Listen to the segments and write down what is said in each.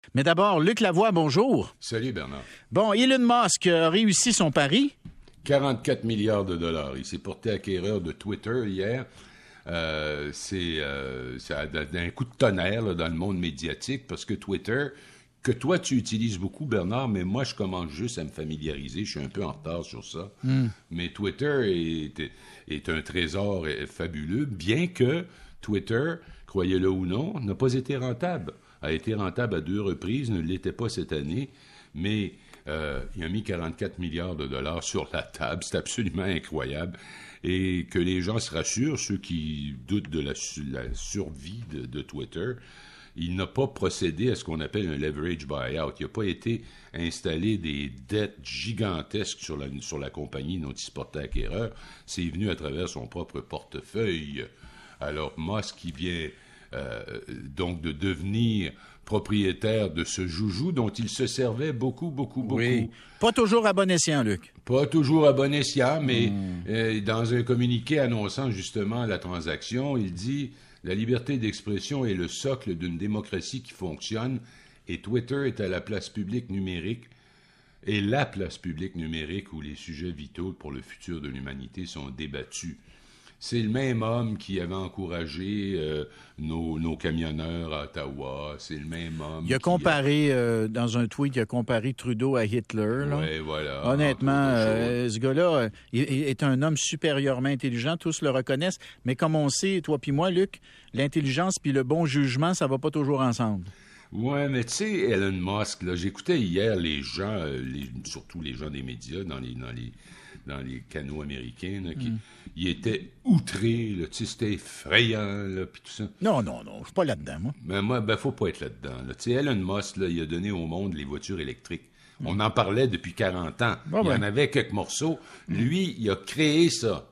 Mais d'abord, Luc Lavoie, bonjour. Salut Bernard. Bon, Elon Musk a réussi son pari. 44 milliards de dollars. Il s'est porté acquéreur de Twitter hier. Ça a un coup de tonnerre là, dans le monde médiatique parce que Twitter, que toi tu utilises beaucoup Bernard, mais moi je commence juste à me familiariser. Je suis un peu en retard sur ça. Mais Twitter est un trésor fabuleux, bien que Twitter, croyez-le ou non, n'a pas été rentable. A été rentable à 2 reprises, ne l'était pas cette année, mais il a mis 44 milliards de dollars sur la table. C'est absolument incroyable. Et que les gens se rassurent, ceux qui doutent de la survie de Twitter, il n'a pas procédé à ce qu'on appelle un leverage buyout. Il n'a pas été installé des dettes gigantesques sur la compagnie dont il se portait acquéreur. C'est venu à travers son propre portefeuille. Alors, Musk, qui vient donc de devenir propriétaire de ce joujou dont il se servait beaucoup. Oui. Pas toujours à bon escient, Luc. Pas toujours à bon escient, mais dans un communiqué annonçant justement la transaction, il dit « La liberté d'expression est le socle d'une démocratie qui fonctionne et Twitter est à la place publique numérique et la place publique numérique où les sujets vitaux pour le futur de l'humanité sont débattus. » C'est le même homme qui avait encouragé nos camionneurs à Ottawa. C'est le même homme. Il a comparé, dans un tweet, il a comparé Trudeau à Hitler. Oui, voilà. Honnêtement, ce gars-là est un homme supérieurement intelligent. Tous le reconnaissent. Mais comme on sait, toi puis moi, Luc, l'intelligence puis le bon jugement, ça va pas toujours ensemble. Ouais, mais tu sais, Elon Musk, là, j'écoutais hier les gens, surtout les gens des médias, dans les canaux américains, là, ils étaient outrés, là, tu sais, c'était effrayant, là, puis tout ça. Non, je suis pas là-dedans, moi. Mais moi, faut pas être là-dedans, là. Tu sais, Elon Musk, là, il a donné au monde les voitures électriques. On en parlait depuis 40 ans. Il y en avait quelques morceaux. Lui, il a créé ça.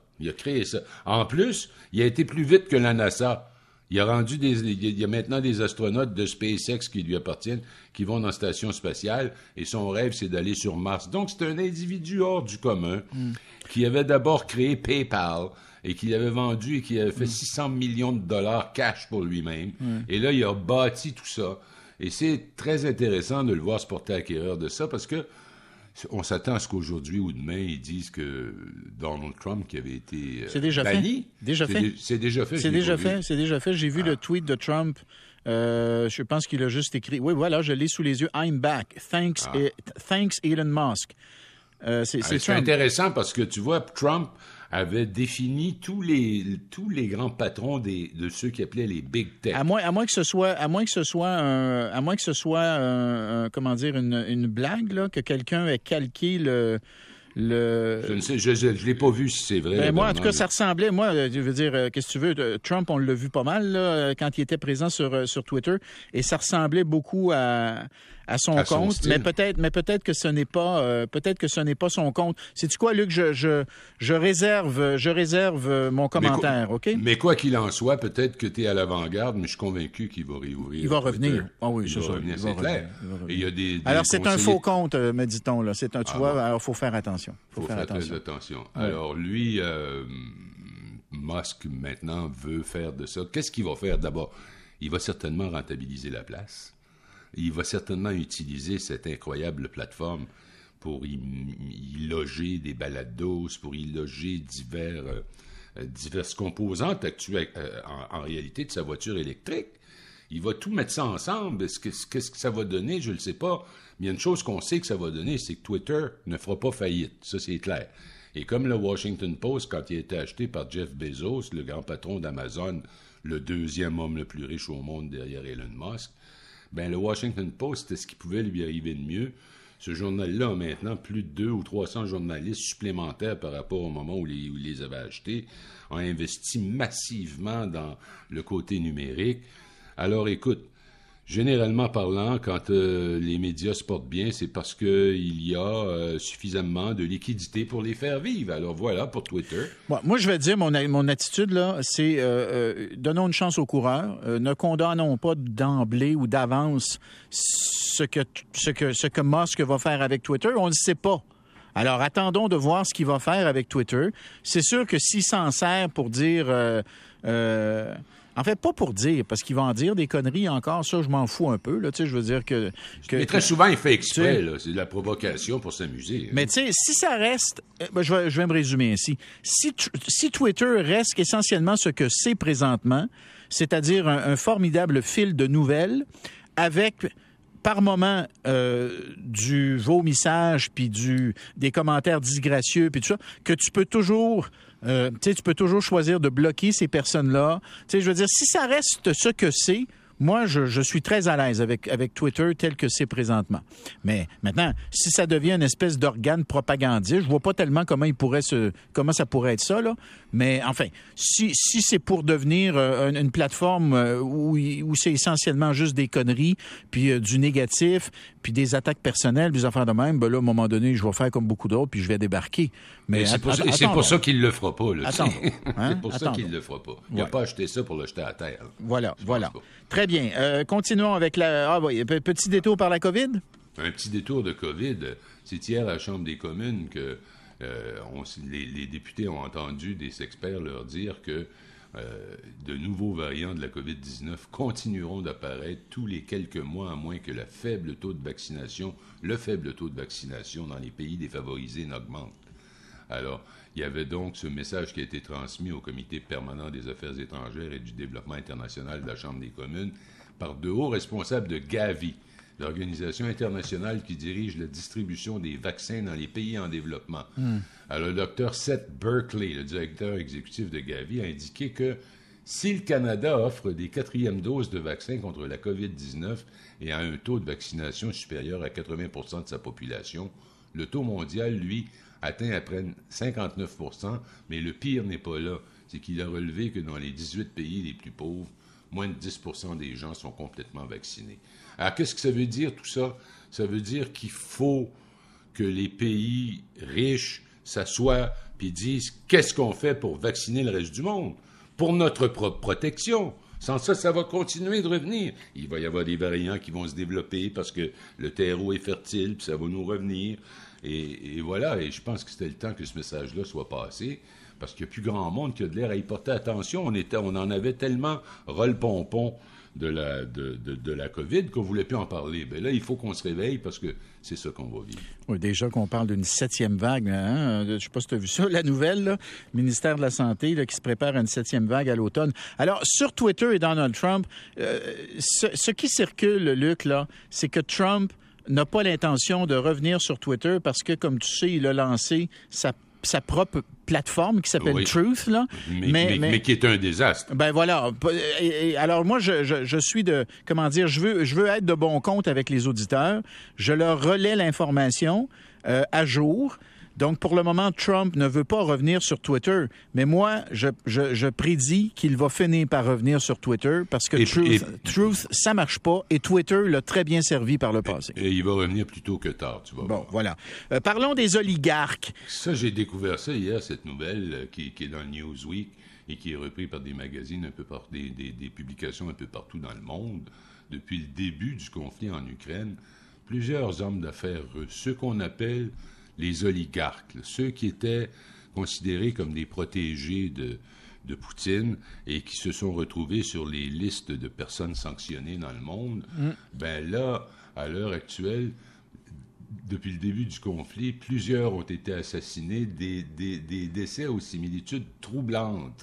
En plus, il a été plus vite que la NASA. Il y a maintenant des astronautes de SpaceX qui lui appartiennent, qui vont dans la station spatiale, et son rêve, c'est d'aller sur Mars. Donc, c'est un individu hors du commun, qui avait d'abord créé PayPal, et qui avait vendu et qui avait fait 600 millions de dollars cash pour lui-même. Et là, il a bâti tout ça. Et c'est très intéressant de le voir se porter acquéreur de ça, parce que on s'attend à ce qu'aujourd'hui ou demain, ils disent que Donald Trump, qui avait été c'est déjà banni... C'est déjà fait. J'ai vu le tweet de Trump. Je pense qu'il a juste écrit... Oui, voilà, je l'ai sous les yeux. I'm back. Thanks Elon Musk. C'est intéressant parce que, tu vois, Trump avait défini tous les grands patrons de ceux qui appelaient les big tech. À moins que ce soit une blague là, que quelqu'un ait calqué le... Je ne sais, je l'ai pas vu si c'est vrai. Ben moi, en tout cas, ça ressemblait. Moi, je veux dire, qu'est-ce que tu veux? Trump, on l'a vu pas mal là, quand il était présent sur Twitter, et ça ressemblait beaucoup à son compte. Mais peut-être que ce n'est pas, son compte. Sais-tu quoi, Luc? Je réserve mon commentaire, OK? Mais quoi qu'il en soit, peut-être que tu es à l'avant-garde, mais je suis convaincu qu'il va réouvrir. Il va revenir. Ah oui, c'est ça. C'est clair. Et il y a des alors, c'est un faux compte, me dit-on là. Tu vois, alors faut faire attention. Faut faire très attention. Ouais. Alors, lui, Musk, maintenant, veut faire de ça. Qu'est-ce qu'il va faire? D'abord, il va certainement rentabiliser la place. Il va certainement utiliser cette incroyable plateforme pour y loger des balados, pour y loger diverses composantes actuelles, en réalité, de sa voiture électrique. Il va tout mettre ça ensemble. Qu'est-ce que ça va donner? Je ne le sais pas. Mais il y a une chose qu'on sait que ça va donner, c'est que Twitter ne fera pas faillite. Ça, c'est clair. Et comme le Washington Post, quand il a été acheté par Jeff Bezos, le grand patron d'Amazon, le 2e homme le plus riche au monde derrière Elon Musk, ben le Washington Post, c'était ce qui pouvait lui arriver de mieux. Ce journal-là a maintenant plus de 200 ou 300 journalistes supplémentaires par rapport au moment où il les avait achetés, a investi massivement dans le côté numérique. Alors, écoute, généralement parlant, quand les médias se portent bien, c'est parce qu'il y a suffisamment de liquidité pour les faire vivre. Alors voilà, pour Twitter. Bon, moi, je vais te dire, mon attitude, là, c'est donnons une chance aux coureurs. Ne condamnons pas d'emblée ou d'avance ce que Musk va faire avec Twitter. On ne le sait pas. Alors, attendons de voir ce qu'il va faire avec Twitter. C'est sûr que s'il s'en sert pour dire... En fait, pas pour dire, parce qu'il va en dire des conneries encore, ça, je m'en fous un peu, là, tu sais, je veux dire que... Mais très souvent, il fait exprès, là, c'est de la provocation pour s'amuser. Mais tu sais, si ça reste... je vais me résumer ainsi. Si Twitter reste essentiellement ce que c'est présentement, c'est-à-dire un formidable fil de nouvelles avec... par moment, du vomissage, puis des commentaires disgracieux, puis tout ça, que tu peux toujours choisir de bloquer ces personnes-là. Tu sais, je veux dire, si ça reste ce que c'est, moi, je suis très à l'aise avec Twitter tel que c'est présentement. Mais maintenant, si ça devient une espèce d'organe propagandiste, je vois pas tellement comment ça pourrait être ça, là. Mais enfin, si c'est pour devenir une plateforme où c'est essentiellement juste des conneries, puis du négatif, puis des attaques personnelles, des affaires de même, ben là, à un moment donné, je vais faire comme beaucoup d'autres, puis je vais débarquer. Mais c'est pour ça qu'il le fera pas, là. Attends. C'est pour ça qu'il le fera pas. Il n'a pas acheté ça pour le jeter à terre. Voilà. Très bien. Continuons avec petit détour par la COVID. Un petit détour de COVID. C'est hier à la Chambre des communes que les députés ont entendu des experts leur dire que de nouveaux variants de la COVID-19 continueront d'apparaître tous les quelques mois, à moins que le faible taux de vaccination dans les pays défavorisés n'augmente. Alors, il y avait donc ce message qui a été transmis au Comité permanent des affaires étrangères et du développement international de la Chambre des communes par de hauts responsables de Gavi, l'organisation internationale qui dirige la distribution des vaccins dans les pays en développement. Alors, le Dr Seth Berkley, le directeur exécutif de Gavi, a indiqué que si le Canada offre des 4e doses de vaccins contre la COVID-19 et a un taux de vaccination supérieur à 80% de sa population, le taux mondial, lui, atteint à peine 59%, mais le pire n'est pas là. C'est qu'il a relevé que dans les 18 pays les plus pauvres, moins de 10% des gens sont complètement vaccinés. Alors, qu'est-ce que ça veut dire, tout ça? Ça veut dire qu'il faut que les pays riches s'assoient puis disent « Qu'est-ce qu'on fait pour vacciner le reste du monde? Pour notre propre protection. » Sans ça, ça va continuer de revenir. Il va y avoir des variants qui vont se développer parce que le terreau est fertile, puis ça va nous revenir. Et voilà, et je pense que c'était le temps que ce message-là soit passé, parce qu'il n'y a plus grand monde qui a de l'air à y porter attention. On en avait tellement ras-le-pompon de la COVID qu'on ne voulait plus en parler. Bien là, il faut qu'on se réveille parce que c'est ça qu'on va vivre. Oui, déjà qu'on parle d'une 7e vague. Hein? Je ne sais pas si tu as vu ça, la nouvelle, là, ministère de la Santé là, qui se prépare à une 7e vague à l'automne. Alors, sur Twitter et Donald Trump, ce qui circule, Luc, là, c'est que Trump n'a pas l'intention de revenir sur Twitter parce que, comme tu sais, il a lancé sa propre plateforme qui s'appelle Truth, là. Mais qui est un désastre. Ben voilà. Alors moi, je suis je veux être de bon compte avec les auditeurs. Je leur relais l'information à jour. Donc, pour le moment, Trump ne veut pas revenir sur Twitter. Mais moi, je prédis qu'il va finir par revenir sur Twitter parce que Truth, ça marche pas et Twitter l'a très bien servi par le passé. Et il va revenir plus tôt que tard, tu vois. Bon, voilà. Parlons des oligarques. Ça, j'ai découvert ça hier, cette nouvelle qui est dans le Newsweek et qui est reprise par des magazines un peu des publications un peu partout dans le monde. Depuis le début du conflit en Ukraine, plusieurs hommes d'affaires russes, ceux qu'on appelle les oligarques, ceux qui étaient considérés comme des protégés de Poutine et qui se sont retrouvés sur les listes de personnes sanctionnées dans le monde, ben là, à l'heure actuelle, depuis le début du conflit, plusieurs ont été assassinés, des décès aux similitudes troublantes.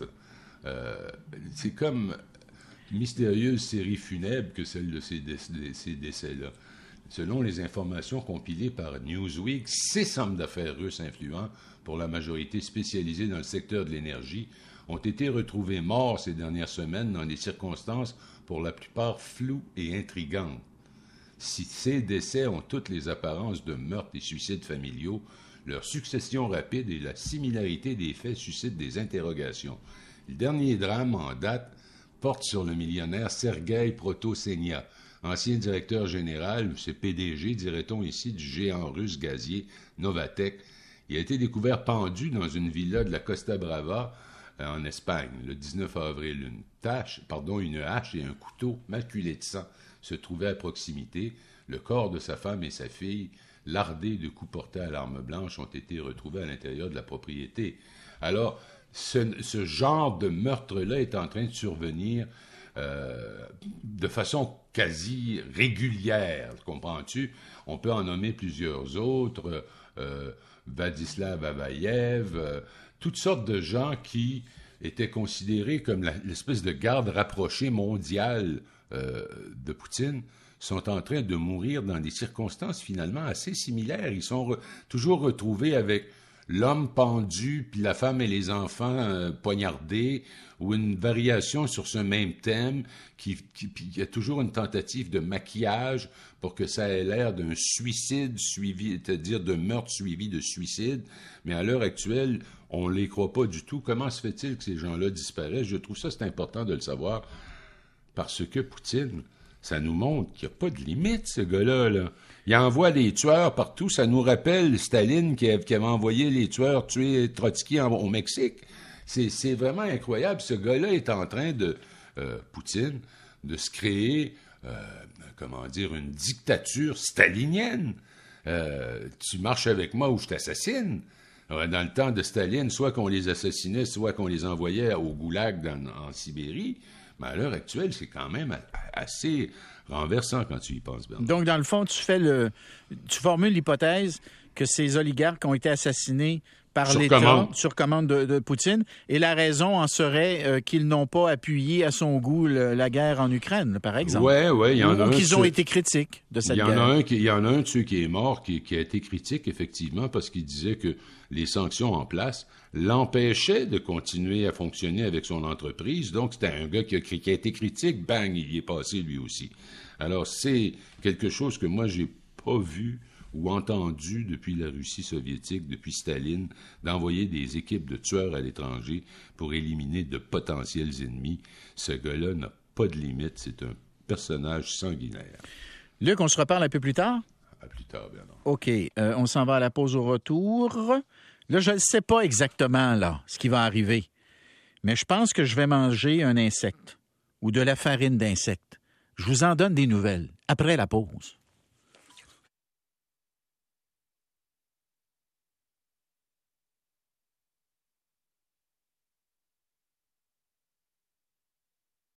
C'est comme une mystérieuse série funèbre que celle de ces décès-là. Selon les informations compilées par Newsweek, 6 hommes d'affaires russes influents, pour la majorité spécialisés dans le secteur de l'énergie, ont été retrouvés morts ces dernières semaines dans des circonstances pour la plupart floues et intrigantes. Si ces décès ont toutes les apparences de meurtres et suicides familiaux, leur succession rapide et la similarité des faits suscitent des interrogations. Le dernier drame en date porte sur le millionnaire Sergueï Protosenia, ancien directeur général, c'est PDG, dirait-on ici, du géant russe gazier Novatek. Il a été découvert pendu dans une villa de la Costa Brava en Espagne le 19 avril. Une hache et un couteau maculé de sang se trouvaient à proximité. Le corps de sa femme et sa fille, lardés de coups portés à l'arme blanche, ont été retrouvés à l'intérieur de la propriété. Alors, ce genre de meurtre-là est en train de survenir de façon quasi régulière, comprends-tu? On peut en nommer plusieurs autres, Vladislav Avaïev, toutes sortes de gens qui étaient considérés comme l'espèce de garde rapprochée mondiale de Poutine, sont en train de mourir dans des circonstances finalement assez similaires. Ils sont toujours retrouvés avec l'homme pendu, puis la femme et les enfants poignardés, ou une variation sur ce même thème, puis il y a toujours une tentative de maquillage pour que ça ait l'air d'un suicide suivi, c'est-à-dire de meurtre suivi de suicide. Mais à l'heure actuelle, on ne les croit pas du tout. Comment se fait-il que ces gens-là disparaissent? Je trouve ça, c'est important de le savoir, parce que Poutine, ça nous montre qu'il n'y a pas de limite, ce gars-là, là. Il envoie des tueurs partout. Ça nous rappelle Staline qui avait envoyé les tueurs tuer Trotsky au Mexique. C'est vraiment incroyable. Ce gars-là est en train Poutine, de se créer, une dictature stalinienne. Tu marches avec moi ou je t'assassine. Dans le temps de Staline, soit qu'on les assassinait, soit qu'on les envoyait au goulag en Sibérie. Mais à l'heure actuelle, c'est quand même assez renversant quand tu y penses, Bernard. Donc, dans le fond, tu formules l'hypothèse que ces oligarques ont été assassinés par l'État sur commande de Poutine, et la raison en serait qu'ils n'ont pas appuyé à son goût la guerre en Ukraine, par exemple. Oui, il y en a un. Ou qu'ils ont été critiques de cette guerre. Il y en a un de ceux qui est mort, qui a été critique, effectivement, parce qu'il disait que les sanctions en place l'empêchaient de continuer à fonctionner avec son entreprise. Donc, c'était un gars qui a été critique, bang, il y est passé lui aussi. Alors, c'est quelque chose que moi, j'ai pas vu ou entendu depuis la Russie soviétique, depuis Staline, d'envoyer des équipes de tueurs à l'étranger pour éliminer de potentiels ennemis. Ce gars-là n'a pas de limite. C'est un personnage sanguinaire. Luc, on se reparle un peu plus tard? À plus tard, Bernard. OK. On s'en va à la pause au retour. Là, je ne sais pas exactement là ce qui va arriver, mais je pense que je vais manger un insecte ou de la farine d'insecte. Je vous en donne des nouvelles après la pause.